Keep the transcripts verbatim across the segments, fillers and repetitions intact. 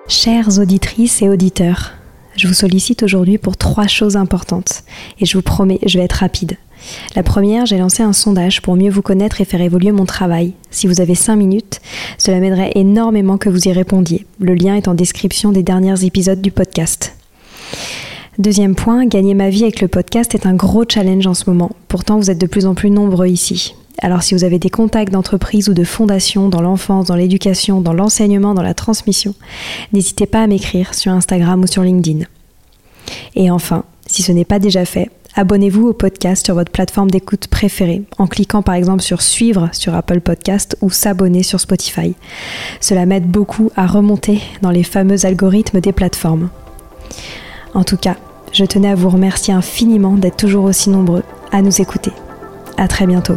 Chères auditrices et auditeurs, je vous sollicite aujourd'hui pour trois choses importantes et je vous promets, je vais être rapide. La première, j'ai lancé un sondage pour mieux vous connaître et faire évoluer mon travail. Si vous avez cinq minutes, cela m'aiderait énormément que vous y répondiez. Le lien est en description des derniers épisodes du podcast. Deuxième point, gagner ma vie avec le podcast est un gros challenge en ce moment. Pourtant, vous êtes de plus en plus nombreux ici. Alors si vous avez des contacts d'entreprises ou de fondations dans l'enfance, dans l'éducation, dans l'enseignement, dans la transmission, n'hésitez pas à m'écrire sur Instagram ou sur LinkedIn. Et enfin, si ce n'est pas déjà fait, abonnez-vous au podcast sur votre plateforme d'écoute préférée en cliquant par exemple sur suivre sur Apple Podcast ou s'abonner sur Spotify. Cela m'aide beaucoup à remonter dans les fameux algorithmes des plateformes. En tout cas, je tenais à vous remercier infiniment d'être toujours aussi nombreux à nous écouter. À très bientôt.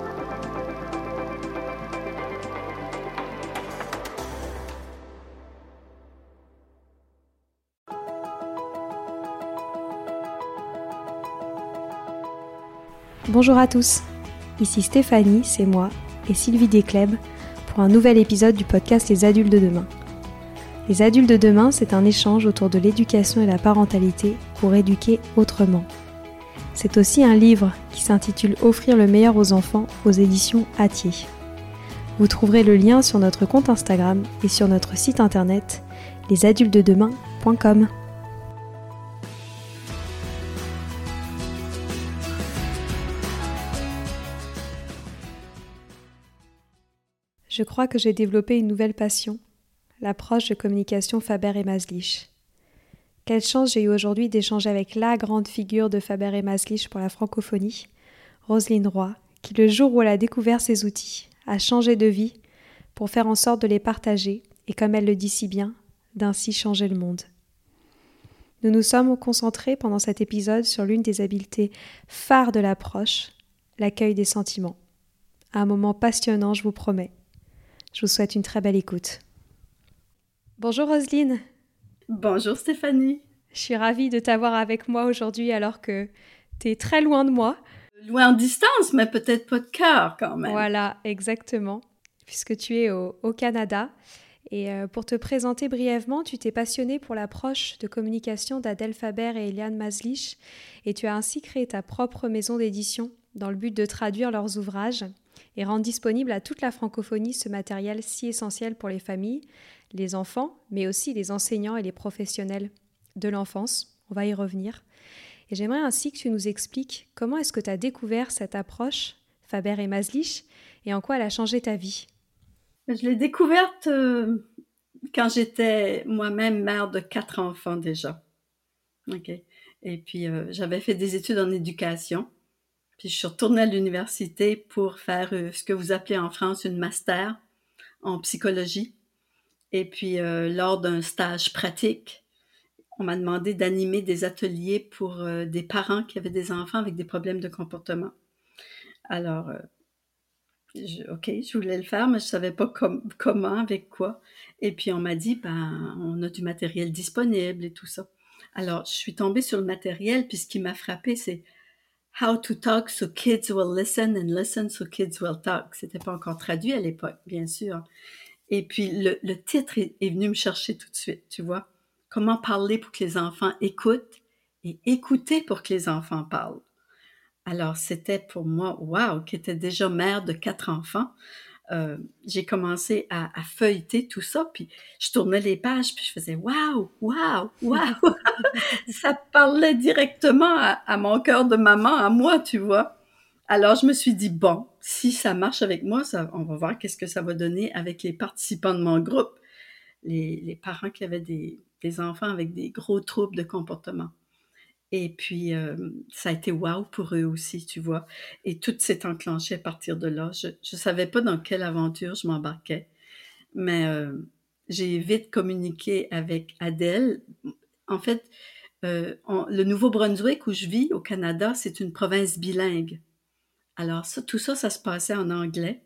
Bonjour à tous, ici Stéphanie, c'est moi, et Sylvie Descleb pour un nouvel épisode du podcast Les Adultes de demain. Les Adultes de demain, c'est un échange autour de l'éducation et la parentalité pour éduquer autrement. C'est aussi un livre qui s'intitule Offrir le meilleur aux enfants aux éditions Hatier. Vous trouverez le lien sur notre compte Instagram et sur notre site internet les adultes de demain point com. Je crois que j'ai développé une nouvelle passion, l'approche de communication Faber et Maslich. Quelle chance j'ai eu aujourd'hui d'échanger avec la grande figure de Faber et Maslich pour la francophonie, Roselyne Roy, qui le jour où elle a découvert ces outils, a changé de vie pour faire en sorte de les partager et, comme elle le dit si bien, d'ainsi changer le monde. Nous nous sommes concentrés pendant cet épisode sur l'une des habiletés phares de l'approche, l'accueil des sentiments. Un moment passionnant, je vous promets. Je vous souhaite une très belle écoute. Bonjour Roselyne. Bonjour Stéphanie. Je suis ravie de t'avoir avec moi aujourd'hui alors que tu es très loin de moi. Loin en distance, mais peut-être pas de cœur quand même. Voilà, exactement, puisque tu es au, au Canada. Et euh, pour te présenter brièvement, tu t'es passionnée pour l'approche de communication d'Adèle Faber et Eliane Maslich et tu as ainsi créé ta propre maison d'édition dans le but de traduire leurs ouvrages et rendre disponible à toute la francophonie ce matériel si essentiel pour les familles, les enfants, mais aussi les enseignants et les professionnels de l'enfance. On va y revenir. Et j'aimerais ainsi que tu nous expliques comment est-ce que tu as découvert cette approche, Faber et Maslich, et en quoi elle a changé ta vie. Je l'ai découverte euh, quand j'étais moi-même mère de quatre enfants déjà. OK. Et puis, euh, j'avais fait des études en éducation. Puis, je suis retournée à l'université pour faire euh, ce que vous appelez en France une master en psychologie. Et puis, euh, lors d'un stage pratique, on m'a demandé d'animer des ateliers pour euh, des parents qui avaient des enfants avec des problèmes de comportement. Alors, euh, je, OK, je voulais le faire, mais je savais pas com- comment, avec quoi. Et puis, on m'a dit, ben, on a du matériel disponible et tout ça. Alors, je suis tombée sur le matériel, puis ce qui m'a frappé, c'est How to talk so kids will listen and listen so kids will talk. C'était pas encore traduit à l'époque, bien sûr. Et puis, le, le titre est, est venu me chercher tout de suite, tu vois. Comment parler pour que les enfants écoutent et écouter pour que les enfants parlent. Alors, c'était pour moi, wow, qui était déjà mère de quatre enfants. Euh, j'ai commencé à, à feuilleter tout ça, puis je tournais les pages, puis je faisais wow, wow, wow. Ça parlait directement à, à mon cœur de maman, à moi, tu vois. Alors, je me suis dit, bon, si ça marche avec moi, ça, on va voir qu'est-ce que ça va donner avec les participants de mon groupe, les, les parents qui avaient des, des enfants avec des gros troubles de comportement. Et puis, euh, ça a été wow pour eux aussi, tu vois. Et tout s'est enclenché à partir de là. Je ne savais pas dans quelle aventure je m'embarquais, mais euh, j'ai vite communiqué avec Adèle. En fait, euh, on- le Nouveau-Brunswick où je vis, au Canada, c'est une province bilingue. Alors, ça, tout ça, ça se passait en anglais.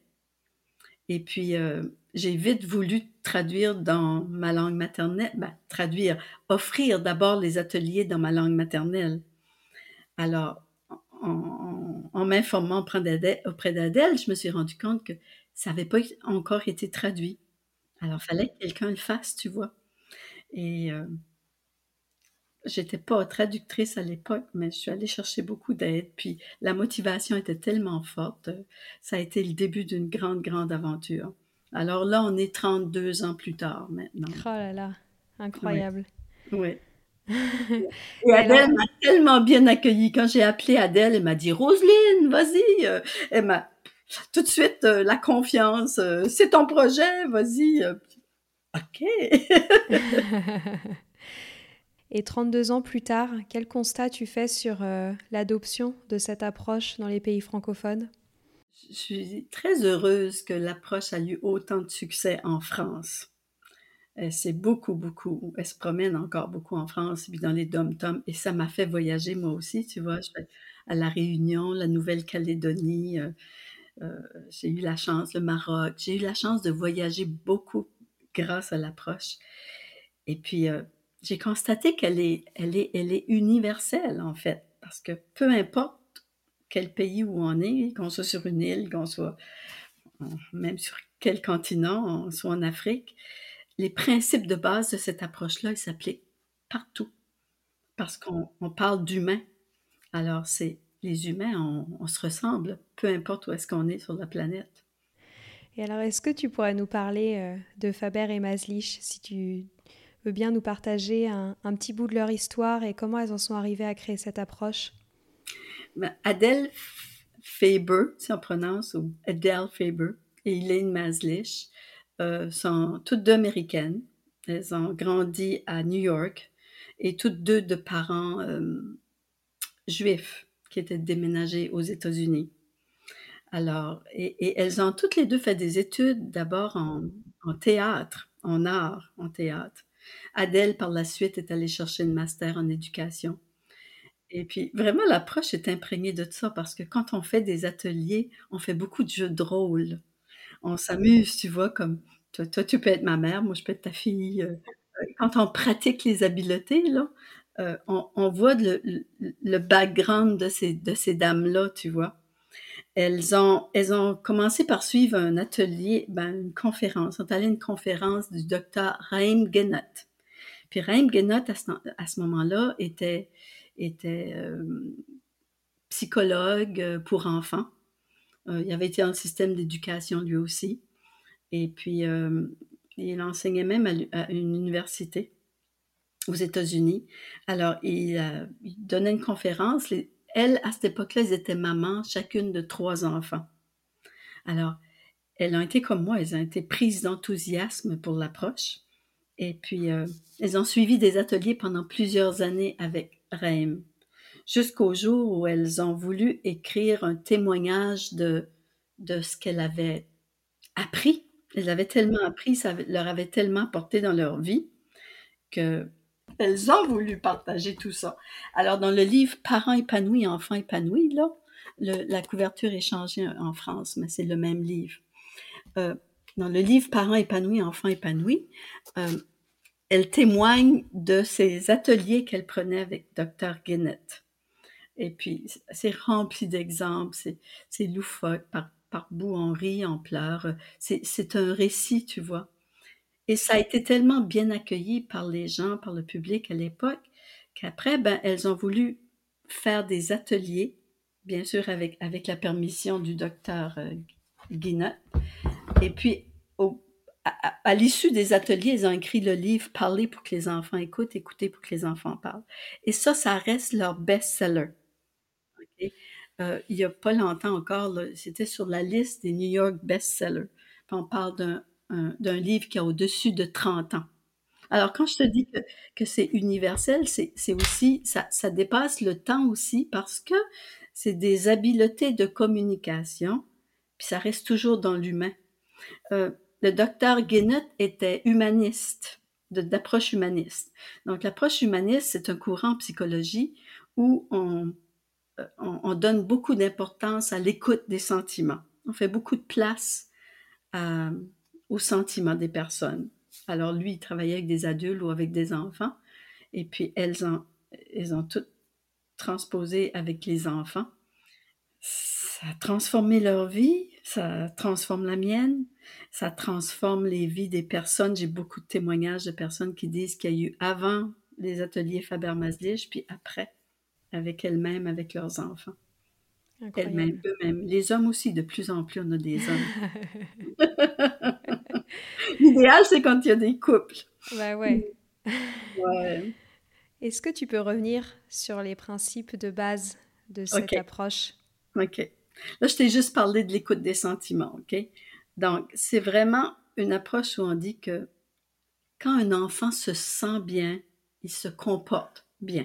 Et puis, euh, j'ai vite voulu traduire dans ma langue maternelle, ben, traduire, offrir d'abord les ateliers dans ma langue maternelle. Alors, en, en, en m'informant auprès d'Adèle, auprès d'Adèle, je me suis rendu compte que ça n'avait pas encore été traduit. Alors, il fallait que quelqu'un le fasse, tu vois. Et euh, j'étais pas traductrice à l'époque, mais je suis allée chercher beaucoup d'aide. Puis la motivation était tellement forte, euh, ça a été le début d'une grande, grande aventure. Alors là, on est trente-deux ans plus tard maintenant. Oh là là, Oui, incroyable. oui. Et Et alors, Adèle m'a tellement bien accueillie. Quand j'ai appelé Adèle, elle m'a dit, Roselyne, vas-y. Euh, Elle m'a tout de suite euh, la confiance. euh, C'est ton projet, vas-y. Euh, OK. et trente-deux ans plus tard, quel constat tu fais sur euh, l'adoption de cette approche dans les pays francophones? Je suis très heureuse que l'approche a eu autant de succès en France. Euh, C'est beaucoup, beaucoup. Elle se promène encore beaucoup en France, puis dans les dom-toms. Et ça m'a fait voyager moi aussi, tu vois. Je vais à La Réunion, la Nouvelle-Calédonie. euh, euh, j'ai eu la chance, le Maroc. J'ai eu la chance de voyager beaucoup grâce à l'approche. Et puis, euh, j'ai constaté qu'elle est, elle est, elle est universelle, en fait. Parce que peu importe quel pays où on est, qu'on soit sur une île, qu'on soit même sur quel continent, on soit en Afrique, les principes de base de cette approche-là, ils s'appliquent partout parce qu'on on parle d'humains. Alors, c'est les humains, on, on se ressemble, peu importe où est-ce qu'on est sur la planète. Et alors, est-ce que tu pourrais nous parler euh, de Faber et Maslich, si tu veux bien nous partager un, un petit bout de leur histoire et comment elles en sont arrivées à créer cette approche? Ben, Adèle Faber, si on prononce, ou Adele Faber, et Elaine Maslich euh, sont toutes deux américaines. Elles ont grandi à New York et toutes deux de parents euh, juifs qui étaient déménagés aux États-Unis. Alors, et, et elles ont toutes les deux fait des études d'abord en, en théâtre, en art, en théâtre. Adèle, par la suite, est allée chercher une master en éducation. Et puis, vraiment, l'approche est imprégnée de ça parce que quand on fait des ateliers, on fait beaucoup de jeux de rôle. On s'amuse, tu vois, comme toi, toi, tu peux être ma mère, moi, je peux être ta fille. Euh, euh, Quand on pratique les habiletés, là, euh, on, on voit le, le, le background de ces, de ces dames-là, tu vois. Elles ont, elles ont commencé par suivre un atelier, ben, une conférence. On est allé à une conférence du docteur Chaim Genot. Puis Chaim Genot, à ce, à ce moment-là, était, était euh, psychologue euh, pour enfants. Euh, il avait été dans le système d'éducation lui aussi. Et puis, euh, il enseignait même à, à une université aux États-Unis. Alors, il, euh, il donnait une conférence. Les, elles, à cette époque-là, elles étaient mamans, chacune de trois enfants. Alors, elles ont été comme moi, elles ont été prises d'enthousiasme pour l'approche. Et puis, euh, elles ont suivi des ateliers pendant plusieurs années avec Raim, jusqu'au jour où elles ont voulu écrire un témoignage de, de ce qu'elles avaient appris. Elles avaient tellement appris, ça leur avait tellement porté dans leur vie que elles ont voulu partager tout ça. Alors, dans le livre Parents épanouis, enfants épanouis, là, le, la couverture est changée en France, mais c'est le même livre. Euh, dans le livre Parents épanouis, enfants épanouis, euh, elle témoigne de ces ateliers qu'elle prenait avec docteur Guénette. Et puis, c'est rempli d'exemples, c'est, c'est loufoque, par, par bout on rit, on pleure. C'est, c'est un récit, tu vois. Et ça a été tellement bien accueilli par les gens, par le public à l'époque, qu'après, ben, elles ont voulu faire des ateliers, bien sûr avec, avec la permission du docteur euh, Guénette. Et puis, au, à, à l'issue des ateliers, ils ont écrit le livre Parler pour que les enfants écoutent, écouter pour que les enfants parlent. Et ça, ça reste leur best-seller. Okay? Euh, il n'y a pas longtemps encore, là, c'était sur la liste des New York best-sellers. Puis on parle d'un, un, d'un livre qui a au-dessus de trente ans. Alors, quand je te dis que, que c'est universel, c'est, c'est aussi, ça, ça dépasse le temps aussi parce que c'est des habiletés de communication, puis ça reste toujours dans l'humain. Euh, le docteur Guénot était humaniste, de, d'approche humaniste. Donc, l'approche humaniste, c'est un courant en psychologie où on, euh, on, on donne beaucoup d'importance à l'écoute des sentiments. On fait beaucoup de place à, aux sentiments des personnes. Alors, lui, il travaillait avec des adultes ou avec des enfants, et puis elles ont, elles ont toutes transposé avec les enfants. Ça a transformé leur vie. Ça transforme la mienne, ça transforme les vies des personnes. J'ai beaucoup de témoignages de personnes qui disent qu'il y a eu avant les ateliers Faber-Maslich, puis après, avec elles-mêmes, avec leurs enfants. Elles-mêmes, Incroyable. eux-mêmes. Les hommes aussi, de plus en plus, on a des hommes. L'idéal, c'est quand il y a des couples. Bah ouais. Ouais. Est-ce que tu peux revenir sur les principes de base de OK, cette approche? OK. Là, je t'ai juste parlé de l'écoute des sentiments, OK? Donc, c'est vraiment une approche où on dit que quand un enfant se sent bien, il se comporte bien.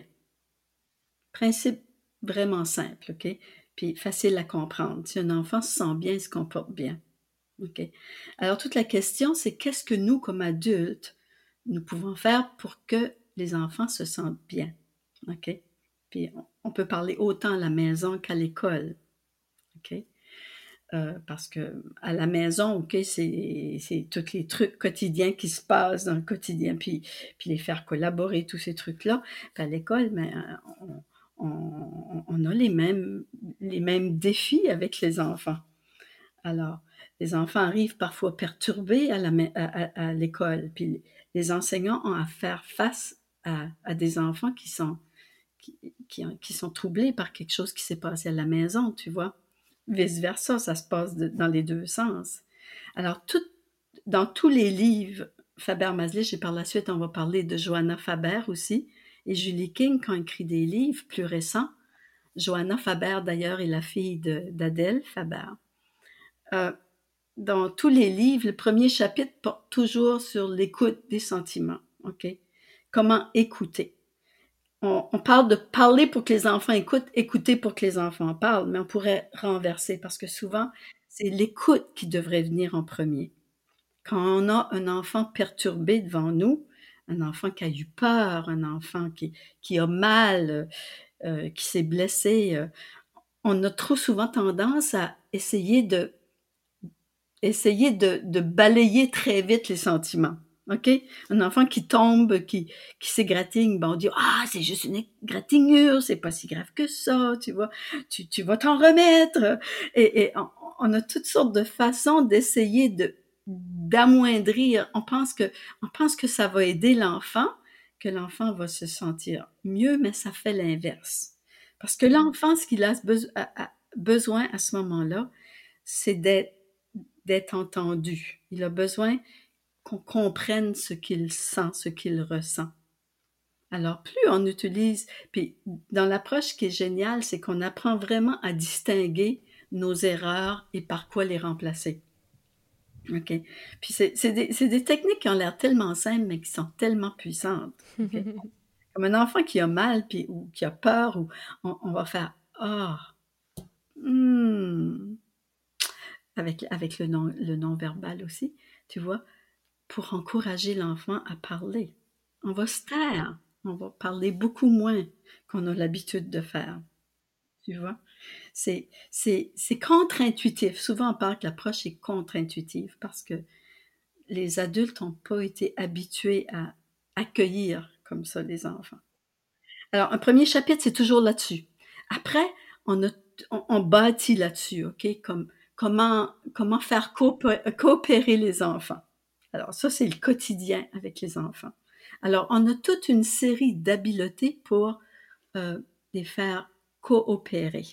Principe vraiment simple, OK? Puis facile à comprendre. Si un enfant se sent bien, il se comporte bien. OK? Alors, toute la question, c'est qu'est-ce que nous, comme adultes, nous pouvons faire pour que les enfants se sentent bien? OK? Puis on, on peut parler autant à la maison qu'à l'école. OK? Euh, parce que à la maison, OK, c'est, c'est tous les trucs quotidiens qui se passent dans le quotidien, puis, puis les faire collaborer, tous ces trucs-là. Puis à l'école, mais on, on, on a les mêmes, les mêmes défis avec les enfants. Alors, les enfants arrivent parfois perturbés à, la, à, à, à l'école, puis les enseignants ont à faire face à, à des enfants qui sont, qui, qui, qui sont troublés par quelque chose qui s'est passé à la maison, tu vois. Vice-versa, ça se passe de, dans les deux sens. Alors, tout, dans tous les livres Faber-Maslich, et par la suite, on va parler de Johanna Faber aussi, et Julie King, qui ont écrit des livres plus récents. Johanna Faber, d'ailleurs, est la fille de, d'Adèle Faber. Euh, dans tous les livres, le premier chapitre porte toujours sur l'écoute des sentiments. OK? Comment écouter. On, on parle de parler pour que les enfants écoutent, écouter pour que les enfants parlent, mais on pourrait renverser parce que souvent, c'est l'écoute qui devrait venir en premier. Quand on a un enfant perturbé devant nous, un enfant qui a eu peur, un enfant qui, qui a mal, euh, qui s'est blessé, euh, on a trop souvent tendance à essayer de essayer de, de balayer très vite les sentiments. OK? Un enfant qui tombe, qui, qui s'égratigne, ben on dit « Ah, c'est juste une égratignure, c'est pas si grave que ça, tu vois, tu, tu vas t'en remettre. » Et, et on, on a toutes sortes de façons d'essayer de d'amoindrir. On pense que on pense que ça va aider l'enfant, que l'enfant va se sentir mieux, mais ça fait l'inverse. Parce que l'enfant, ce qu'il a, a, a besoin à ce moment-là, c'est d'être d'être entendu. Il a besoin qu'on comprenne ce qu'il sent, ce qu'il ressent. Alors, plus on utilise, puis dans l'approche qui est géniale, c'est qu'on apprend vraiment à distinguer nos erreurs et par quoi les remplacer. OK? Puis c'est, c'est, des, c'est des techniques qui ont l'air tellement simples, mais qui sont tellement puissantes. OK? Comme un enfant qui a mal, puis, ou qui a peur, ou on, on va faire « Ah, oh, hmm. » avec, avec le, non, le non-verbal aussi, tu vois, pour encourager l'enfant à parler. On va se taire, on va parler beaucoup moins qu'on a l'habitude de faire, tu vois. C'est, c'est, c'est contre-intuitif. Souvent, on parle que l'approche est contre-intuitive parce que les adultes n'ont pas été habitués à accueillir comme ça les enfants. Alors, un premier chapitre, c'est toujours là-dessus. Après, on, a, on, on bâtit là-dessus, OK? Comme, comment, comment faire coopérer les enfants. Alors, ça, c'est le quotidien avec les enfants. Alors, on a toute une série d'habiletés pour euh, les faire coopérer.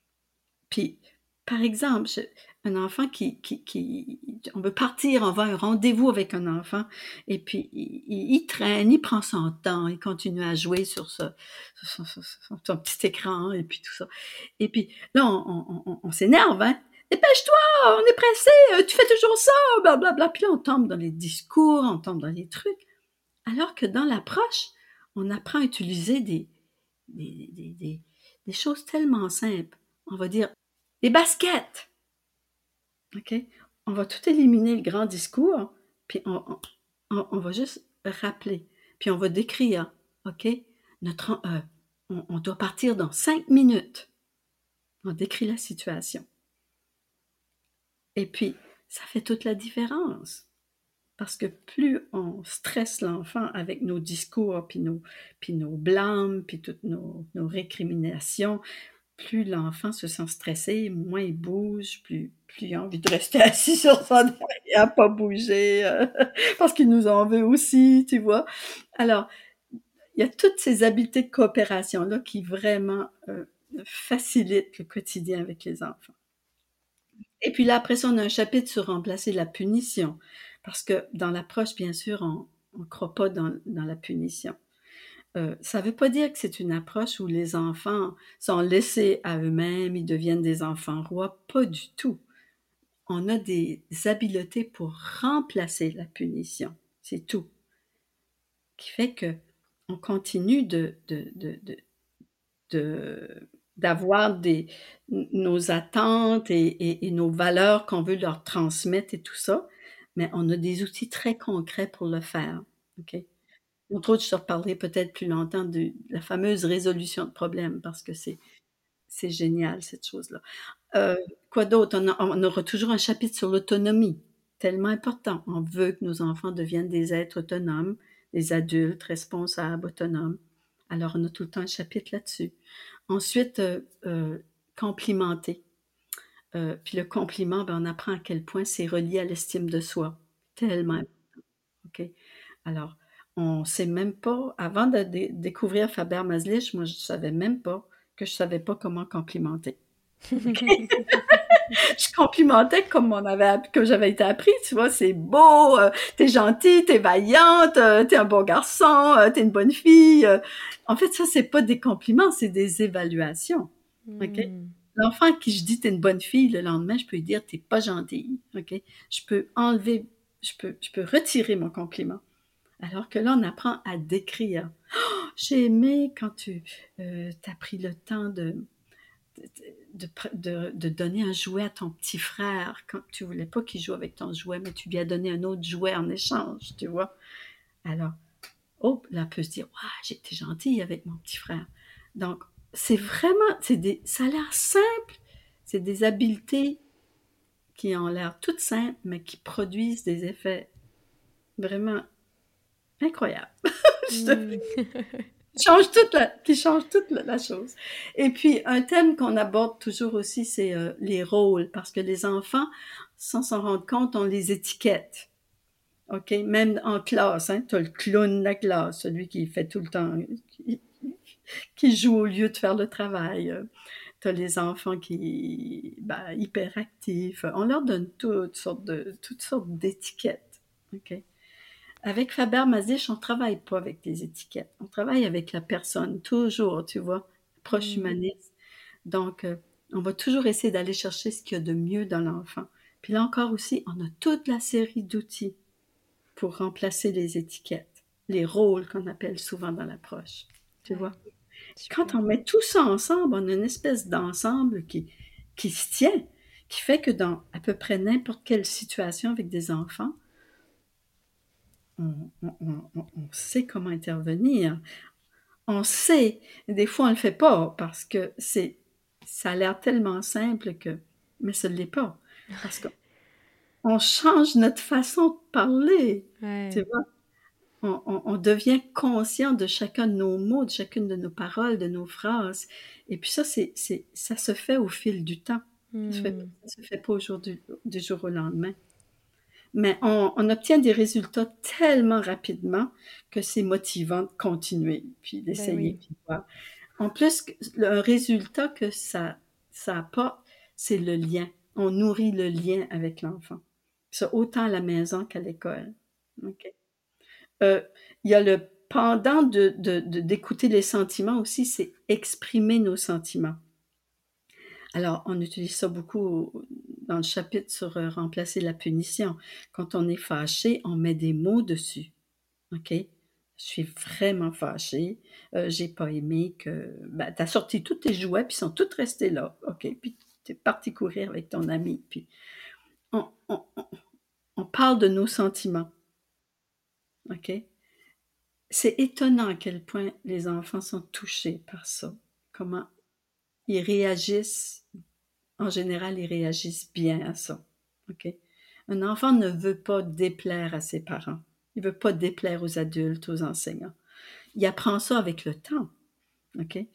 Puis, par exemple, je, un enfant qui, qui, qui... On veut partir, on va à un rendez-vous avec un enfant, et puis il, il, il traîne, il prend son temps, il continue à jouer sur, ce, sur son, son, son petit écran, et puis tout ça. Et puis là, on, on, on, on s'énerve, hein? Dépêche-toi, on est pressé, tu fais toujours ça, blablabla. Bla, bla. Puis là, on tombe dans les discours, on tombe dans les trucs. Alors que dans l'approche, on apprend à utiliser des, des, des, des, des choses tellement simples. On va dire, les baskets. OK? On va tout éliminer le grand discours, puis on, on, on va juste rappeler. Puis on va décrire, OK? Notre, euh, on, on doit partir dans cinq minutes. On décrit la situation. Et puis, ça fait toute la différence. Parce que plus on stresse l'enfant avec nos discours, puis nos, puis nos blâmes, puis toutes nos, nos récriminations, plus l'enfant se sent stressé, moins il bouge, plus plus il a envie de rester assis sur son oreiller à pas bouger, heu, parce qu'il nous en veut aussi, tu vois? Alors, il y a toutes ces habiletés de coopération-là qui vraiment, heu, facilitent le quotidien avec les enfants. Et puis là, après ça, on a un chapitre sur remplacer la punition, parce que dans l'approche, bien sûr, on on croit pas dans dans la punition. Heu, ça veut pas dire que c'est une approche où les enfants sont laissés à eux-mêmes, ils deviennent des enfants rois, pas du tout. On a des habiletés pour remplacer la punition, c'est tout. Qui fait qu'on continue de de de de de d'avoir des n nos attentes et et et nos valeurs qu'on veut leur transmettre et tout ça, mais on a des outils très concrets pour le faire, OK? Entre autres, je te reparlerai peut-être plus longtemps de la fameuse résolution de problèmes parce que c'est c'est génial cette chose-là. Heu, quoi d'autre? On a on aura toujours un chapitre sur l'autonomie, tellement important. On veut que nos enfants deviennent des êtres autonomes, des adultes responsables, autonomes. Alors on a tout le temps un chapitre là-dessus. Ensuite, heu heu, complimenter. Heu, puis le compliment, ben, on apprend à quel point c'est relié à l'estime de soi. Tellement important, OK? Alors, on sait même pas avant de dé découvrir Faber Maslich, moi je savais même pas que je savais pas comment complimenter. Je complimentais comme on avait app comme j'avais été appris, tu vois? C'est beau, heu, tu es gentille, tu es vaillante, heu, tu es un bon garçon, heu, tu es une bonne fille, heu. En fait, ça, c'est pas des compliments, c'est des évaluations, OK? Mmh. L'enfant à qui je dis: «Tu es une bonne fille», le lendemain, je peux lui dire: «Tu es pas gentille», OK? Je peux enlever je peux je peux retirer mon compliment. Alors que là, on apprend à décrire. «Oh, j'ai aimé quand tu, heu, tu as pris le temps de de de pr de de donner un jouet à ton petit frère quand tu voulais pas qu'il joue avec ton jouet, mais tu lui as donné un autre jouet en échange», tu vois? Alors, oh, là, elle peut se dire: «Waouh, j'ai été gentille avec mon petit frère». Donc, c'est vraiment c'est des ça a l'air simple, c'est des habiletés qui ont l'air toutes simples, mais qui produisent des effets vraiment incroyables. Je te Mmh. Qui change toute la qui change toute la la chose. Et puis un thème qu'on aborde toujours aussi, c'est, heu, les rôles parce que les enfants, sans s'en rendre compte, on les étiquette, OK? Même en classe, hein, tu as le clown de la classe, celui qui fait tout le temps qui qui joue au lieu de faire le travail, heu, tu as les enfants qui, bah, hyperactifs, on leur donne toutes sortes de toutes sortes d'étiquettes, OK? Avec Faber-Masich, on travaille pas avec des étiquettes. On travaille avec la personne, toujours, tu vois? Approche Mmh. humaniste. Donc, heu, on va toujours essayer d'aller chercher ce qu'il y a de mieux dans l'enfant. Puis là encore aussi, on a toute la série d'outils pour remplacer les étiquettes, les rôles qu'on appelle souvent dans l'approche, tu Ouais, vois? Quand super. on met tout ça ensemble, on a une espèce d'ensemble qui qui se tient, qui fait que dans à peu près n'importe quelle situation avec des enfants, on on on on on sait comment intervenir. On sait, des fois on le fait pas parce que c'est ça a l'air tellement simple que mais ce l'est pas. Parce qu'on change notre façon de parler, tu Ouais. vois? On on on devient conscient de chacun de nos mots, de chacune de nos paroles, de nos phrases et puis ça, c'est c'est ça se fait au fil du temps. Ça se fait Mmh. ça se fait pas au jour du du jour au lendemain. Mais on on obtient des résultats tellement rapidement que c'est motivant de continuer, puis Beh, d'essayer, oui. puis de voir. En plus, q le un résultat que ça ça apporte, c'est le lien. On nourrit le lien avec l'enfant. Ça, autant à la maison qu'à l'école. OK? Heu, il y a le pendant de de de d'écouter les sentiments aussi, c'est exprimer nos sentiments. Alors, on utilise ça beaucoup dans le chapitre sur, heu, remplacer la punition. Quand on est fâché, on met des mots dessus, OK? «Je suis vraiment fâché, heu, j'ai pas aimé que, ben, tu as sorti tous tes jouets puis ils sont tous restés là, OK? Puis tu es parti courir avec ton ami», puis on on on on parle de nos sentiments, OK? C'est étonnant à quel point les enfants sont touchés par ça, comment ils réagissent. En général, ils réagissent bien à ça, OK? Un enfant ne veut pas déplaire à ses parents. Il veut pas déplaire aux adultes, aux enseignants. Il apprend ça avec le temps, OK?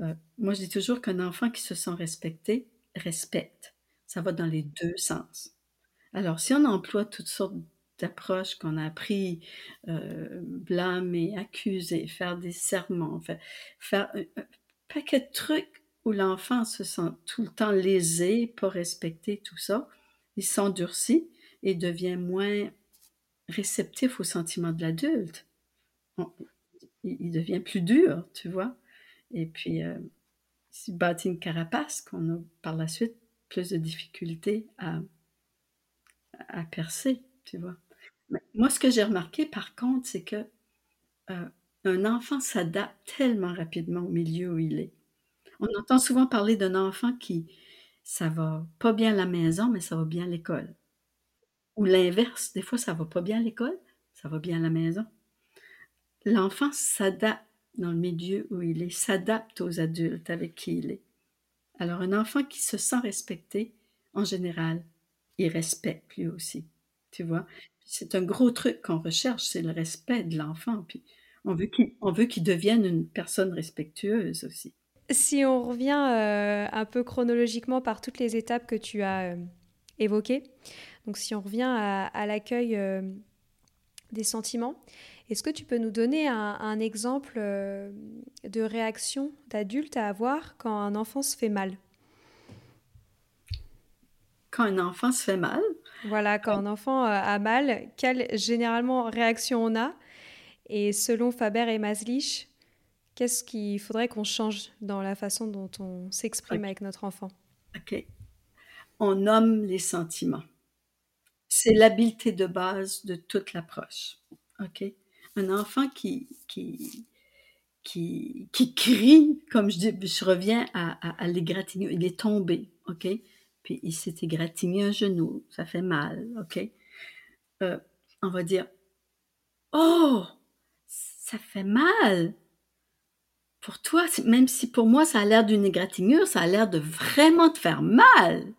Heu, moi, je dis toujours qu'un enfant qui se sent respecté, respecte. Ça va dans les deux sens. Alors, si on emploie toutes sortes d'approches qu'on a appris, heu, blâmer, accuser, faire des sermons, faire faire un un paquet de trucs où l'enfant se sent tout le temps lésé, pas respecté, tout ça, il s'endurcit et devient moins réceptif aux sentiments de l'adulte. On il il devient plus dur, tu vois? Et puis, heu, il se bâtit une carapace qu'on a par la suite plus de difficultés à à percer, tu vois? Mais moi, ce que j'ai remarqué par contre, c'est que, heu, un enfant s'adapte tellement rapidement au milieu où il est. On entend souvent parler d'un enfant qui ça va pas bien à la maison, mais ça va bien à l'école. Ou l'inverse, des fois ça va pas bien à l'école, ça va bien à la maison. L'enfant s'adapte dans le milieu où il est, s'adapte aux adultes avec qui il est. Alors un enfant qui se sent respecté, en général, il respecte lui aussi, tu vois? C'est un gros truc qu'on recherche, c'est le respect de l'enfant, puis on veut qu'il on veut qu'il devienne une personne respectueuse aussi. Si on revient euh, un peu chronologiquement par toutes les étapes que tu as euh, évoquées, donc si on revient à, à l'accueil euh, des sentiments, est-ce que tu peux nous donner un, un exemple euh, de réaction d'adulte à avoir quand un enfant se fait mal? Quand un enfant se fait mal, Voilà, quand un enfant euh, a mal, quelle généralement réaction on a? Et selon Faber et Maslich, qu'est-ce qu'il faudrait qu'on change dans la façon dont on s'exprime OK, avec notre enfant? OK, on nomme les sentiments. C'est l'habileté de base de toute l'approche, OK? Un enfant qui qui qui qui crie, comme je dis je reviens à à à l'égratignure, il est tombé, OK? Puis il s'est égratigné un genou, ça fait mal, OK? Heu, on va dire: «Oh! Ça fait mal! Pour toi, c'est même si pour moi ça a l'air d'une égratignure, ça a l'air de vraiment te faire mal!»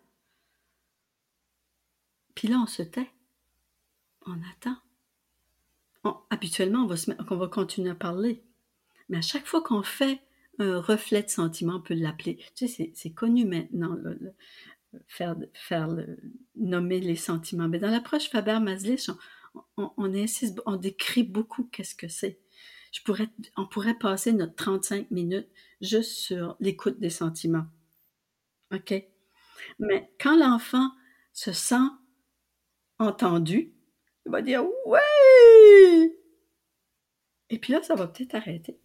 Puis là, on se tait, on attend. On habituellement, on va se met on va continuer à parler. Mais à chaque fois qu'on fait un reflet de sentiment, on peut l'appeler. Tu sais, c'est c'est connu maintenant, le le faire faire le nommer les sentiments. Mais dans l'approche Faber-Maslich, on on on insiste, on décrit beaucoup qu'est-ce que c'est. Je pourrais on pourrait passer notre trente-cinq minutes juste sur l'écoute des sentiments, OK? Mais quand l'enfant se sent entendu, il va dire: «Ouais!» Et puis là, ça va peut-être arrêter,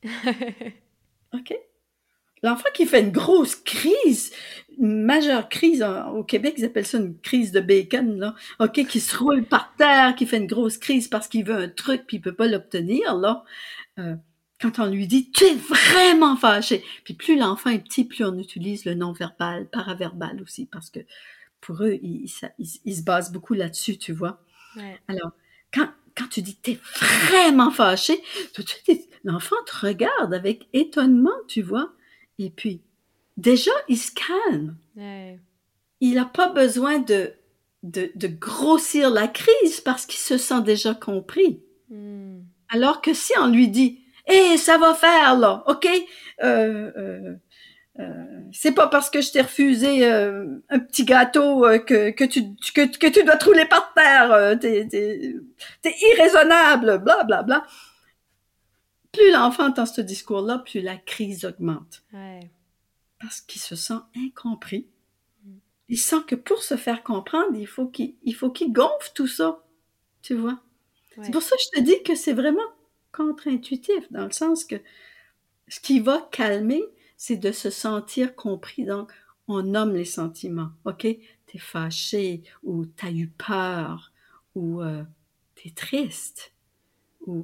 OK? L'enfant qui fait une grosse crise, une majeure crise, en au Québec, ils appellent ça une crise de bacon, là, OK, qui se roule par terre, qui fait une grosse crise parce qu'il veut un truc puis il peut pas l'obtenir, là, heu, quand on lui dit: «Tu es vraiment fâché!» Puis plus l'enfant est petit, plus on utilise le non-verbal, paraverbal aussi, parce que pour eux, ils ça ils ils se basent beaucoup là-dessus, tu vois? Ouais. Alors, quand quand tu dis: «Tu es vraiment fâché», tout de suite, l'enfant te regarde avec étonnement, tu vois? Et puis, déjà, il se calme. Ouais. Il a pas besoin de de de grossir la crise parce qu'il se sent déjà compris. Hmm. Alors que si on lui dit: «Hé, ça va faire là, OK? Heu heu heu, c'est pas parce que je t'ai refusé, heu, un petit gâteau, heu, que que tu que que tu dois te rouler par terre, heu, tu es tu es tu es irraisonnable, bla bla bla». Plus l'enfant entend ce discours-là, plus la crise augmente Ouais. parce qu'il se sent incompris. Hmm. Il sent que pour se faire comprendre, il faut qu'il il faut qu'il gonfle tout ça, tu vois? C'est Ouais. pour ça que je te dis que c'est vraiment contre-intuitif, dans le sens que ce qui va calmer, c'est de se sentir compris. Donc, on nomme les sentiments, OK? Tu es fâché ou tu as eu peur ou heu, tu es triste ou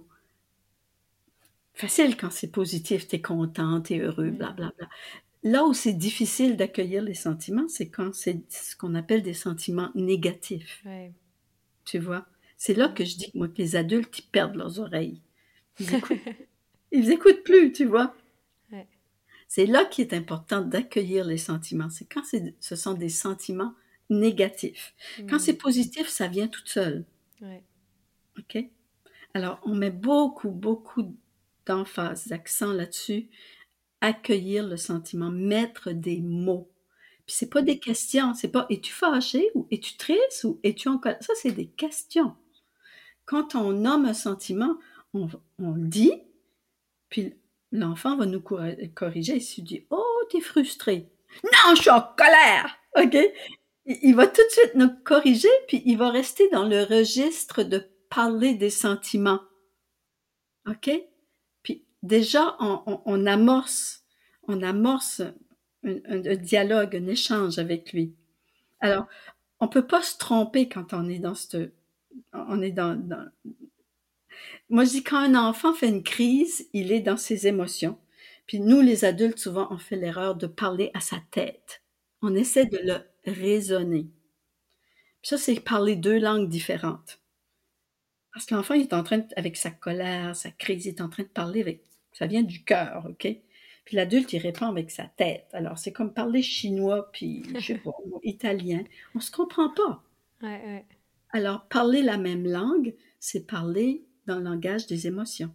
facile quand c'est positif, tu es content, tu es heureux, bla Hmm. bla bla. Là où c'est difficile d'accueillir les sentiments, c'est quand c'est ce qu'on appelle des sentiments négatifs, Ouais. tu vois? C'est là Hmm. que je dis que moi que les adultes, ils perdent leurs oreilles. Ils écoutent ils écoutent plus, tu vois? Ouais. C'est là qu'il est important d'accueillir les sentiments. C'est quand c'est ce sont des sentiments négatifs. Quand c'est Hmm. positif, ça vient toute seule, Ouais. OK? Alors, on met beaucoup, beaucoup d'emphase, d'accent là-dessus, accueillir le sentiment, mettre des mots. Puis c'est pas des questions, c'est pas es-tu fâché ou es-tu triste ou es-tu en colère? Ça, c'est des questions. Quand on nomme un sentiment, on, on le dit, puis l'enfant va nous corriger. S'il dit oh, t'es frustré. Non, je suis en colère. OK? Il va tout de suite nous corriger, puis il va rester dans le registre de parler des sentiments. OK? Puis déjà, on, on, on amorce, on amorce un, un, un dialogue, un échange avec lui. Alors, on peut pas se tromper quand on est dans ce, on est dans, dans, moi je dis quand un enfant fait une crise, il est dans ses émotions. Puis nous, les adultes, souvent, on fait l'erreur de parler à sa tête. On essaie de le raisonner. Puis ça, c'est parler deux langues différentes. Parce que l'enfant, il est en train, de, avec sa colère, sa crise, il est en train de parler avec, ça vient du cœur, OK? Puis l'adulte, il répond avec sa tête. Alors, c'est comme parler chinois, puis, je sais pas, italien. On se comprend pas. Ouais, ouais. Alors, parler la même langue, c'est parler dans le langage des émotions.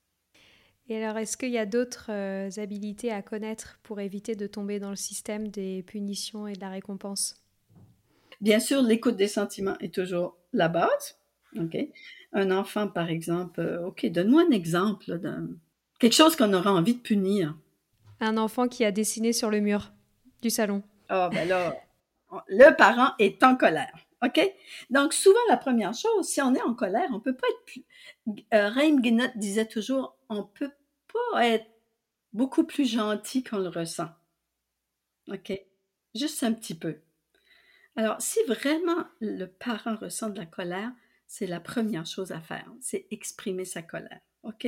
Et alors, est-ce qu'il y a d'autres euh, habilités à connaître pour éviter de tomber dans le système des punitions et de la récompense? Bien sûr, l'écoute des sentiments est toujours la base. OK? Un enfant, par exemple, euh, OK, donne-moi un exemple là, d'un quelque chose qu'on aura envie de punir. Un enfant qui a dessiné sur le mur du salon. Ah, ben là, on- le parent est en colère. OK? Donc, souvent, la première chose, si on est en colère, on peut pas être plus... Euh, Reine Guénotte disait toujours, on peut pas être beaucoup plus gentil qu'on le ressent. OK? Juste un petit peu. Alors, si vraiment le parent ressent de la colère, c'est la première chose à faire, c'est exprimer sa colère. OK?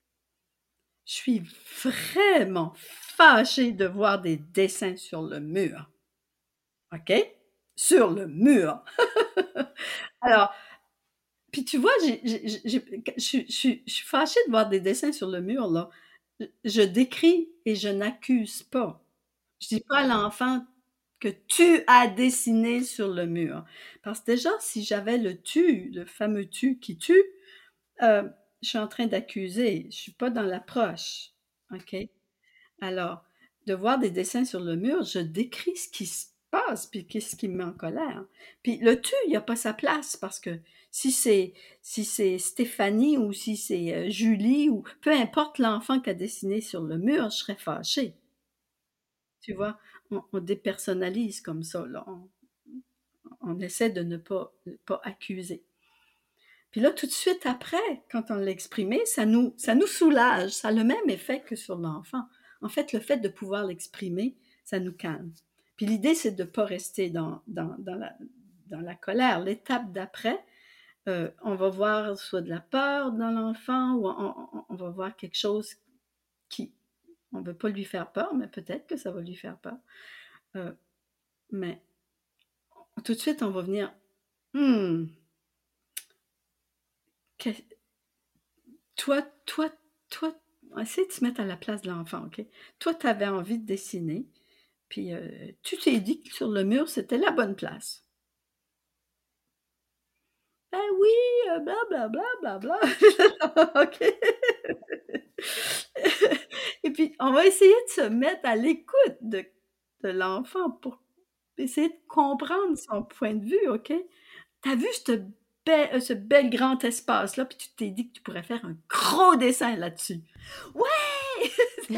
Je suis vraiment fâchée de voir des dessins sur le mur. OK? Sur le mur. Alors, puis tu vois, j'ai, j'ai, j'ai- je, suis- je, suis- je suis fâchée de voir des dessins sur le mur, là. Je décris et je n'accuse pas. Je dis pas à l'enfant que tu as dessiné sur le mur. Parce que déjà, si j'avais le tu, le fameux tu qui tue, euh, je suis en train d'accuser. Je suis pas dans l'approche. OK? Alors, de voir des dessins sur le mur, je décris ce qui se passe, puis qu'est-ce qui me met en colère. Puis le tu, il n'y a pas sa place parce que si c'est si c'est Stéphanie ou si c'est euh, Julie ou peu importe l'enfant qui a dessiné sur le mur, je serais fâchée. Tu vois, on, on dépersonnalise comme ça, là. On, on essaie de ne pas, pas accuser. Puis là, tout de suite après, quand on l'a exprimé, ça nous, ça nous soulage. Ça a le même effet que sur l'enfant. En fait, le fait de pouvoir l'exprimer, ça nous calme. Puis l'idée, c'est de ne pas rester dans, dans, dans, la, dans la colère. L'étape d'après, euh, on va voir soit de la peur dans l'enfant ou on, on, on va voir quelque chose qui, on ne veut pas lui faire peur, mais peut-être que ça va lui faire peur. Euh, mais tout de suite, on va venir, hmm, que- toi, toi, toi, essaie de se mettre à la place de l'enfant, OK? Toi, tu avais envie de dessiner, puis euh, tu t'es dit que sur le mur, c'était la bonne place. Ben oui, euh, bla bla bla bla bla. OK? Et puis, on va essayer de se mettre à l'écoute de, de l'enfant pour essayer de comprendre son point de vue, OK? T'as vu ce bel, euh, ce bel grand espace-là, puis tu t'es dit que tu pourrais faire un gros dessin là-dessus. Ouais!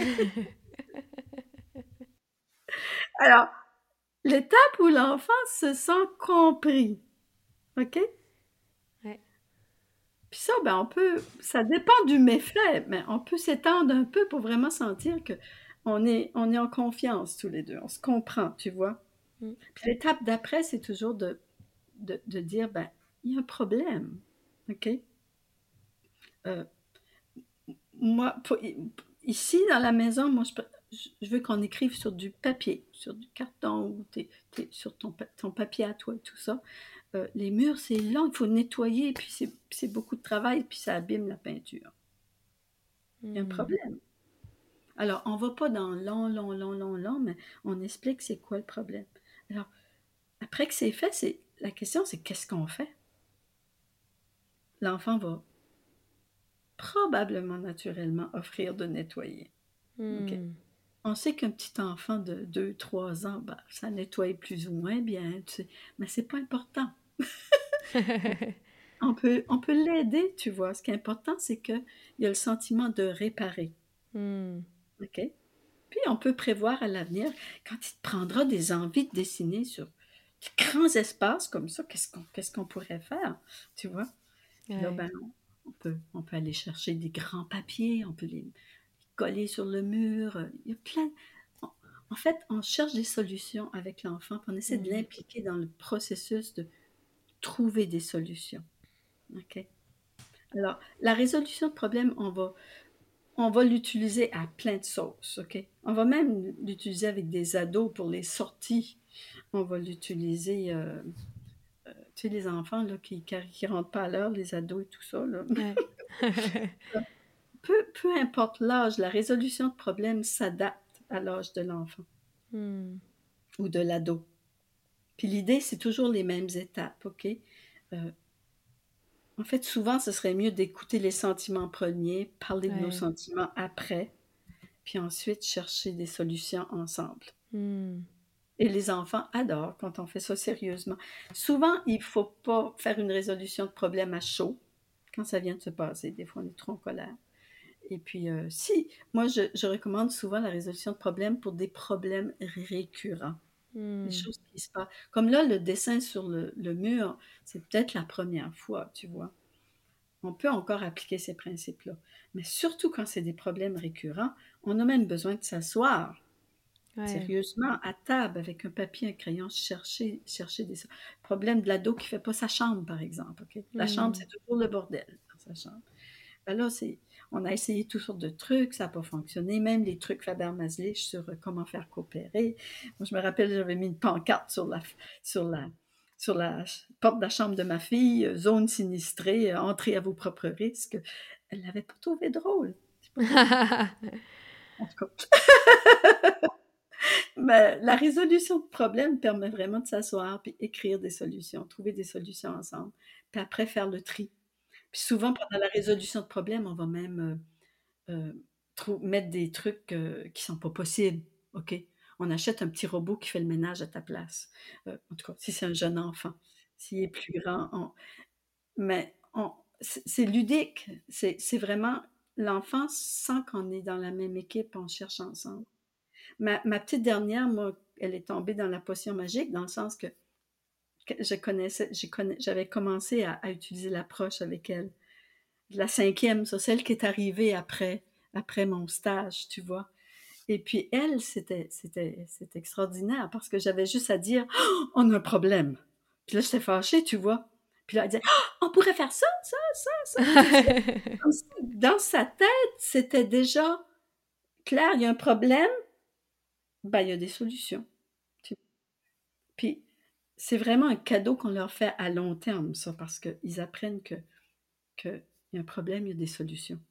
Alors, l'étape où l'enfant se sent compris, OK? Ouais. Puis ça, ben on peut, ça dépend du méfait, mais on peut s'étendre un peu pour vraiment sentir que on est, on est en confiance tous les deux, on se comprend, tu vois? Mm. Puis l'étape d'après, c'est toujours de, de, de dire, ben, il y a un problème, OK? Euh, moi, pour- ici, dans la maison, moi, je, je veux qu'on écrive sur du papier, sur du carton ou t'es- t'es- sur ton, pa- ton papier à toi et tout ça. Euh, les murs, c'est long, il faut nettoyer, puis c'est c'est beaucoup de travail, puis ça abîme la peinture. Il y a un Mm. problème. Alors, on va pas dans long, long, long, long, long, mais on explique c'est quoi le problème. Alors, après que c'est fait, c'est la question, c'est qu'est-ce qu'on fait? L'enfant va probablement naturellement offrir de nettoyer. OK? Mm. On sait qu'un petit enfant de deux, trois ans, ben, ça nettoie plus ou moins bien, tu sais, mais c'est pas important. On peut, on peut l'aider, tu vois. Ce qui est important, c'est qu'il y a le sentiment de réparer. Hmm. OK? Puis on peut prévoir à l'avenir, quand il te prendra des envies de dessiner sur de grands espaces comme ça, qu'est-ce qu'on qu'est-ce qu'on pourrait faire, tu vois? Puis là, Ouais. ben, on on peut, on peut aller chercher des grands papiers, on peut les coller sur le mur. euh, Il y a plein. En en fait, on cherche des solutions avec l'enfant, puis on essaie de Hmm. l'impliquer dans le processus de trouver des solutions. OK? Alors, la résolution de problèmes, on va, on va l'utiliser à plein de sauces, OK? On va même l'utiliser avec des ados pour les sorties. On va l'utiliser, euh, euh, tu sais, les enfants là, qui ne rentrent pas à l'heure, les ados et tout ça. Là. Ouais. peu, peu importe l'âge, la résolution de problèmes s'adapte à l'âge de l'enfant Hmm. ou de l'ado. Puis l'idée, c'est toujours les mêmes étapes, OK? Euh, en fait, souvent, ce serait mieux d'écouter les sentiments premiers, parler de nos Ouais. sentiments après, puis ensuite chercher des solutions ensemble. Hmm. Et les enfants adorent quand on fait ça sérieusement. Souvent, il ne faut pas faire une résolution de problème à chaud quand ça vient de se passer. Des fois, on est trop en colère. Et puis, euh, si, moi, je, je recommande souvent la résolution de problèmes pour des problèmes récurrents. Des Hmm. choses qui se passent. Comme là, le dessin sur le, le mur, c'est peut-être la première fois, tu vois. On peut encore appliquer ces principes-là. Mais surtout quand c'est des problèmes récurrents, on a même besoin de s'asseoir Ouais. sérieusement à table avec un papier, un crayon, chercher, chercher des problèmes de l'ado qui ne fait pas sa chambre, par exemple. OK? La chambre, Hmm. c'est toujours le bordel dans sa chambre. Ben là, c'est, on a essayé toutes sortes de trucs, ça n'a pas fonctionné, même les trucs Faber-Maslich sur euh, comment faire coopérer. Moi, je me rappelle, j'avais mis une pancarte sur la, sur la, sur la porte de la chambre de ma fille, euh, zone sinistrée, euh, entrez à vos propres risques. Elle l'avait pas trouvé drôle. Je sais pas pourquoi. En tout cas. Mais la résolution de problèmes permet vraiment de s'asseoir puis écrire des solutions, trouver des solutions ensemble, puis après faire le tri. Puis souvent, pendant la résolution de problèmes, on va même euh, euh, trou- mettre des trucs euh, qui sont pas possibles. OK? On achète un petit robot qui fait le ménage à ta place. Euh, en tout cas, si c'est un jeune enfant. S'il est plus grand, on- mais on- c'est c'est ludique. C'est c'est vraiment l'enfant sent qu'on est dans la même équipe, on cherche ensemble. Ma, ma petite dernière, moi, elle est tombée dans la potion magique, dans le sens que que je connaissais, j'ai conna- j'avais commencé à, à utiliser l'approche avec elle. La cinquième, c'est celle qui est arrivée après, après mon stage, tu vois. Et puis elle, c'était, c'était, c'était extraordinaire parce que j'avais juste à dire, oh, on a un problème. Puis là, j'étais fâchée, tu vois. Puis là, elle disait, oh, on pourrait faire ça, ça, ça, ça. Tu sais, comme ça, dans sa tête, c'était déjà clair, il y a un problème, ben, il y a des solutions. Tu- Puis c'est vraiment un cadeau qu'on leur fait à long terme, ça, parce qu'ils apprennent que, que il y a un problème, il y a des solutions.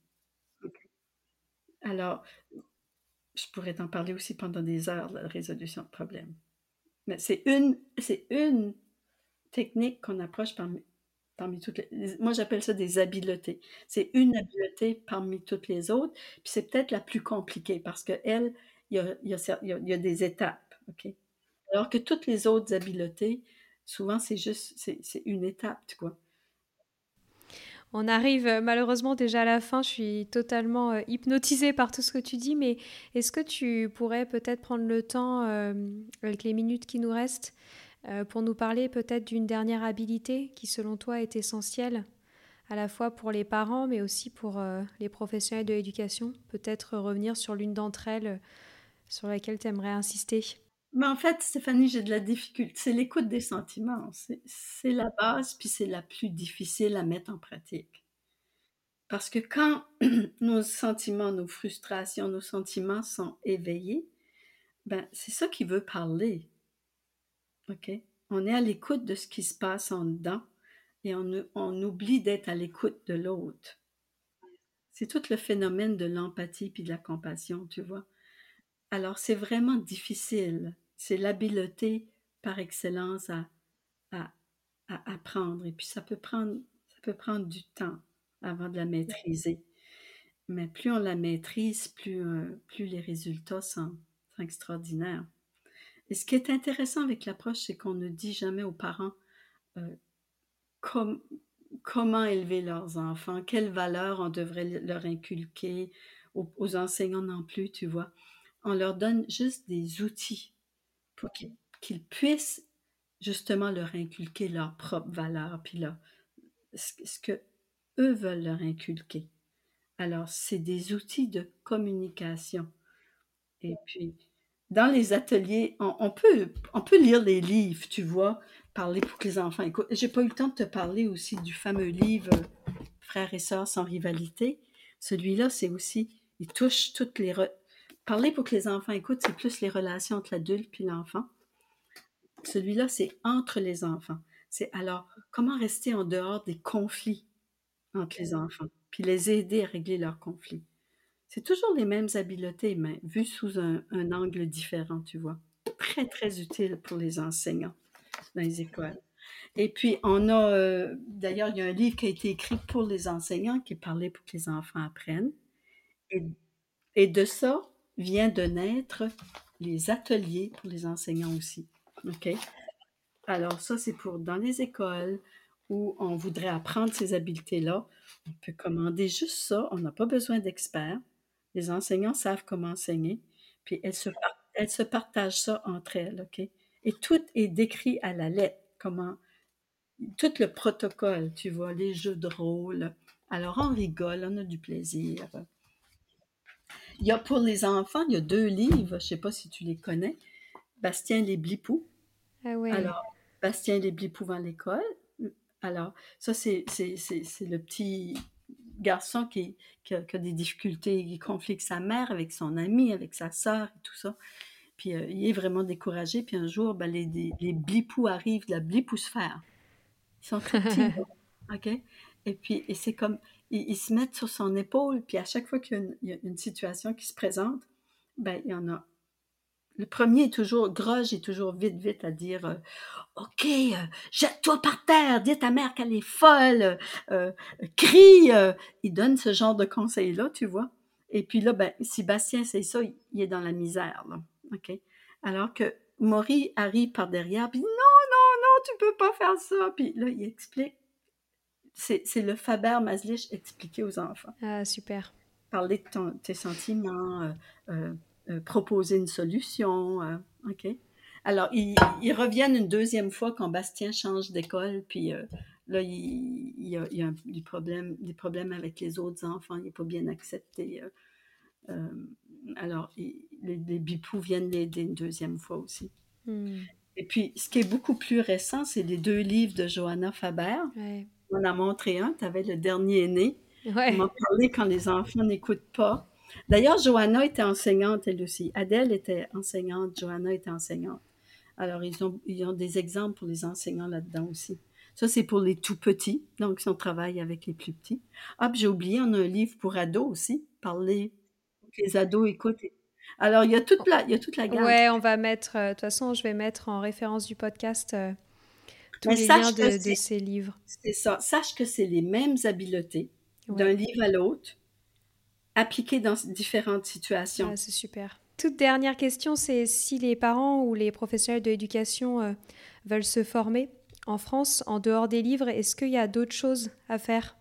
Alors, je pourrais t'en parler aussi pendant des heures, la résolution de problèmes. Mais c'est une, c'est une technique qu'on approche parmi, parmi toutes les... Moi, j'appelle ça des habiletés. C'est une habileté parmi toutes les autres. Puis c'est peut-être la plus compliquée parce qu'elle, il y a, il y, a, cer- il y, a, il y a des étapes. OK? Alors que toutes les autres habiletés, souvent, c'est juste, c'est, c'est une étape, tu vois. On arrive euh, malheureusement déjà à la fin. Je suis totalement euh, hypnotisée par tout ce que tu dis, mais est-ce que tu pourrais peut-être prendre le temps, euh, avec les minutes qui nous restent, euh, pour nous parler peut-être d'une dernière habilité qui, selon toi, est essentielle, à la fois pour les parents, mais aussi pour euh, les professionnels de l'éducation? Peut-être revenir sur l'une d'entre elles, euh, sur laquelle tu aimerais insister. Mais en fait, Stéphanie, j'ai de la difficulté. C'est l'écoute des sentiments. C'est, c'est la base, puis c'est la plus difficile à mettre en pratique. Parce que quand nos sentiments, nos frustrations, nos sentiments sont éveillés, ben, c'est ça qui veut parler. OK? On est à l'écoute de ce qui se passe en dedans et on, on oublie d'être à l'écoute de l'autre. C'est tout le phénomène de l'empathie puis de la compassion, tu vois. Alors, c'est vraiment difficile. C'est l'habileté par excellence à, à, à apprendre. Et puis, ça peut prendre, ça peut prendre du temps avant de la maîtriser. mais plus on la maîtrise, plus, heu, plus les résultats sont sont extraordinaires. Et ce qui est intéressant avec l'approche, c'est qu'on ne dit jamais aux parents, heu, com comment élever leurs enfants, quelles valeurs on devrait l leur inculquer, aux aux enseignants non plus, tu vois? On leur donne juste des outils pour qu'ils qu'ils puissent justement leur inculquer leurs propres valeurs, puis leur ce ce qu'eux veulent leur inculquer. Alors, c'est des outils de communication. Et puis, dans les ateliers, on on peut on peut lire les livres, tu vois? Parler pour que les enfants écoutent. J'ai pas eu le temps de te parler aussi du fameux livre, heu, Frères et sœurs sans rivalité. Celui-là, c'est aussi il touche toutes les re parler pour que les enfants écoutent, c'est plus les relations entre l'adulte puis l'enfant. Celui-là, c'est entre les enfants. C'est alors, comment rester en dehors des conflits entre les enfants, puis les aider à régler leurs conflits. C'est toujours les mêmes habiletés, mais vues sous un un angle différent, tu vois? Très, très utile pour les enseignants dans les écoles. Et puis on a, heu, d'ailleurs, il y a un livre qui a été écrit pour les enseignants, qui est parlé pour que les enfants apprennent. Et et de ça vient de naître les ateliers pour les enseignants aussi, OK? Alors ça, c'est pour dans les écoles où on voudrait apprendre ces habiletés-là, on peut commander juste ça, on n'a pas besoin d'experts. Les enseignants savent comment enseigner, puis elles se par elles se partagent ça entre elles, OK? Et tout est décrit à la lettre, comment tout le protocole, tu vois? Les jeux de rôle. Alors on rigole, on a du plaisir. Il y a pour les enfants, il y a deux livres, je sais pas si tu les connais, Bastien les Blipoux. Ah ouais. Alors, Bastien les Blipoux va à l'école. Alors, ça, c'est c'est c'est c'est le petit garçon qui qui a qui a des difficultés, qui conflit avec sa mère, avec son ami, avec sa sœur et tout ça. Puis, heu, il est vraiment découragé. Puis un jour, ben, les des les Blipoux arrivent de la blipousphère. Ils sont tout petits, là, OK? Et puis et c'est comme ils ils se mettent sur son épaule, puis à chaque fois qu'il y a une il y a une situation qui se présente, ben, il y en a le premier est toujours Groge est toujours vite, vite à dire, heu: «OK, heu, jette-toi par terre, dis à ta mère qu'elle est folle, heu heu, crie», heu, il donne ce genre de conseils-là, tu vois? Et puis là, ben, si Bastien c'est ça, il il est dans la misère, là, OK? Alors que Maury arrive par derrière, puis: «Non, non, non, tu peux pas faire ça», puis là, il explique. C'est c'est le Faber Maslich expliqué aux enfants. Ah super. Parler de ton tes sentiments, heu heu heu, proposer une solution, heu, OK? Alors ils ils reviennent une deuxième fois quand Bastien change d'école, puis, heu, là, il il y a il y a un des problèmes des problèmes avec les autres enfants, il est pas bien accepté, heu, hem, alors i les les Bipoux viennent l'aider une deuxième fois aussi. Mmh. Et puis ce qui est beaucoup plus récent, c'est les deux livres de Johanna Faber. Ouais. On en a montré un, tu avais Le Dernier Né. Ouais. Comment parler quand les enfants n'écoutent pas. D'ailleurs, Johanna était enseignante elle aussi. Adèle était enseignante, Johanna était enseignante. Alors ils ont ils ont des exemples pour les enseignants là-dedans aussi. Ça, c'est pour les tout petits, donc si on travaille avec les plus petits. Ah, puis j'ai oublié, on a un livre pour ados aussi, parler pour que les ados écoutent. Alors il y a toute la il y a toute la gamme. Ouais, on va mettre, heu, de toute façon, je vais mettre en référence du podcast, heu, tous Mais les liens sache que de de c'est ces livres. c'est ça, sache que c'est les mêmes habiletés d'un Ouais. livre à l'autre, appliquées dans s différentes Ah, situations. c'est super. Toute dernière question, c'est si les parents ou les professionnels de l'éducation, heu, veulent se former en France, en dehors des livres, est-ce qu'il y a d'autres choses à faire?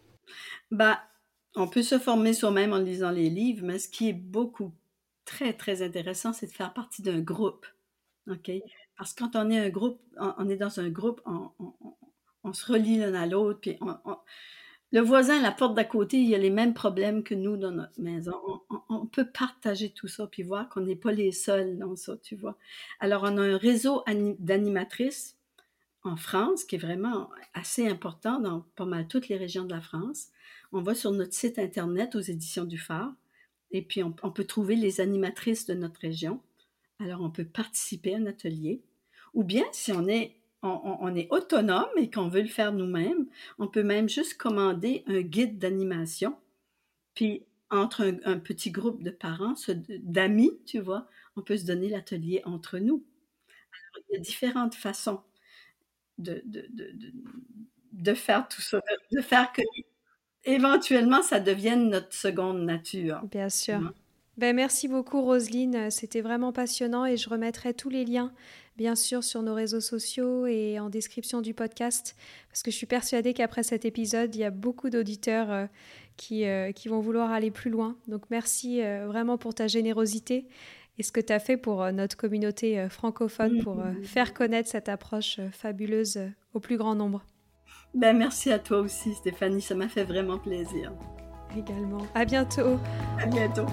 Bah, on peut se former soi-même en lisant les livres, mais ce qui est beaucoup très, très intéressant, c'est de faire partie d'un groupe, OK? Parce que quand on est un groupe on on est dans un groupe, on on on on se relie l'un à l'autre, puis on on le voisin à la porte d'à côté, il a les mêmes problèmes que nous dans notre maison. On on on peut partager tout ça, puis voir qu'on n'est pas les seuls dans ça, tu vois? Alors on a un réseau ani d'animatrices en France, qui est vraiment assez important dans pas mal toutes les régions de la France. On va sur notre site internet aux éditions du Phare et puis on on peut trouver les animatrices de notre région. Alors on peut participer à un atelier ou bien si on est on on on est autonome et qu'on veut le faire nous-mêmes, on peut même juste commander un guide d'animation. Puis entre un un petit groupe de parents, se d'amis, tu vois, on peut se donner l'atelier entre nous. Alors il y a différentes façons de de de de de faire tout ça, de de faire que éventuellement, ça devienne notre seconde nature. Bien sûr. Mmh. Ben, merci beaucoup Roselyne, c'était vraiment passionnant et je remettrai tous les liens bien sûr sur nos réseaux sociaux et en description du podcast parce que je suis persuadée qu'après cet épisode, il y a beaucoup d'auditeurs euh, qui, euh, qui vont vouloir aller plus loin. Donc merci euh, vraiment pour ta générosité et ce que tu as fait pour euh, notre communauté euh, francophone pour euh, faire connaître cette approche euh, fabuleuse euh, au plus grand nombre. Ben, merci à toi aussi Stéphanie, ça m'a fait vraiment plaisir. Également. À bientôt. À bientôt.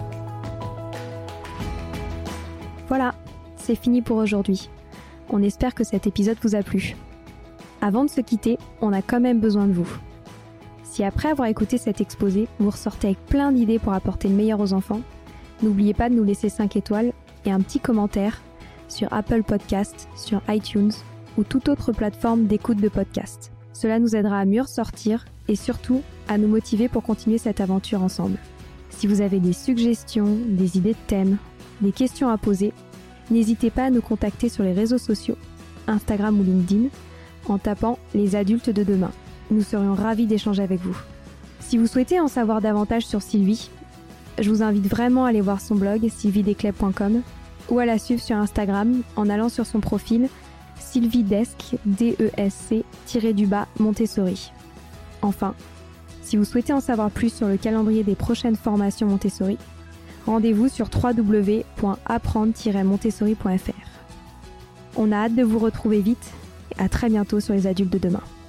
Voilà, c'est fini pour aujourd'hui. On espère que cet épisode vous a plu. Avant de se quitter, on a quand même besoin de vous. Si après avoir écouté cet exposé, vous ressortez avec plein d'idées pour apporter le meilleur aux enfants, n'oubliez pas de nous laisser cinq étoiles et un petit commentaire sur Apple Podcasts, sur iTunes ou toute autre plateforme d'écoute de podcast. Cela nous aidera à mieux ressortir et surtout à nous motiver pour continuer cette aventure ensemble. Si vous avez des suggestions, des idées de thèmes, des questions à poser, n'hésitez pas à nous contacter sur les réseaux sociaux, Instagram ou LinkedIn, en tapant « Les adultes de demain ». Nous serions ravis d'échanger avec vous. Si vous souhaitez en savoir davantage sur Sylvie, je vous invite vraiment à aller voir son blog sylvie desclèves point com ou à la suivre sur Instagram en allant sur son profil sylviedesc, D E S C, tiré du bas, Montessori. Enfin, si vous souhaitez en savoir plus sur le calendrier des prochaines formations Montessori, rendez-vous sur w w w point apprendre tiret montessori point f r. On a hâte de vous retrouver vite et à très bientôt sur les adultes de demain.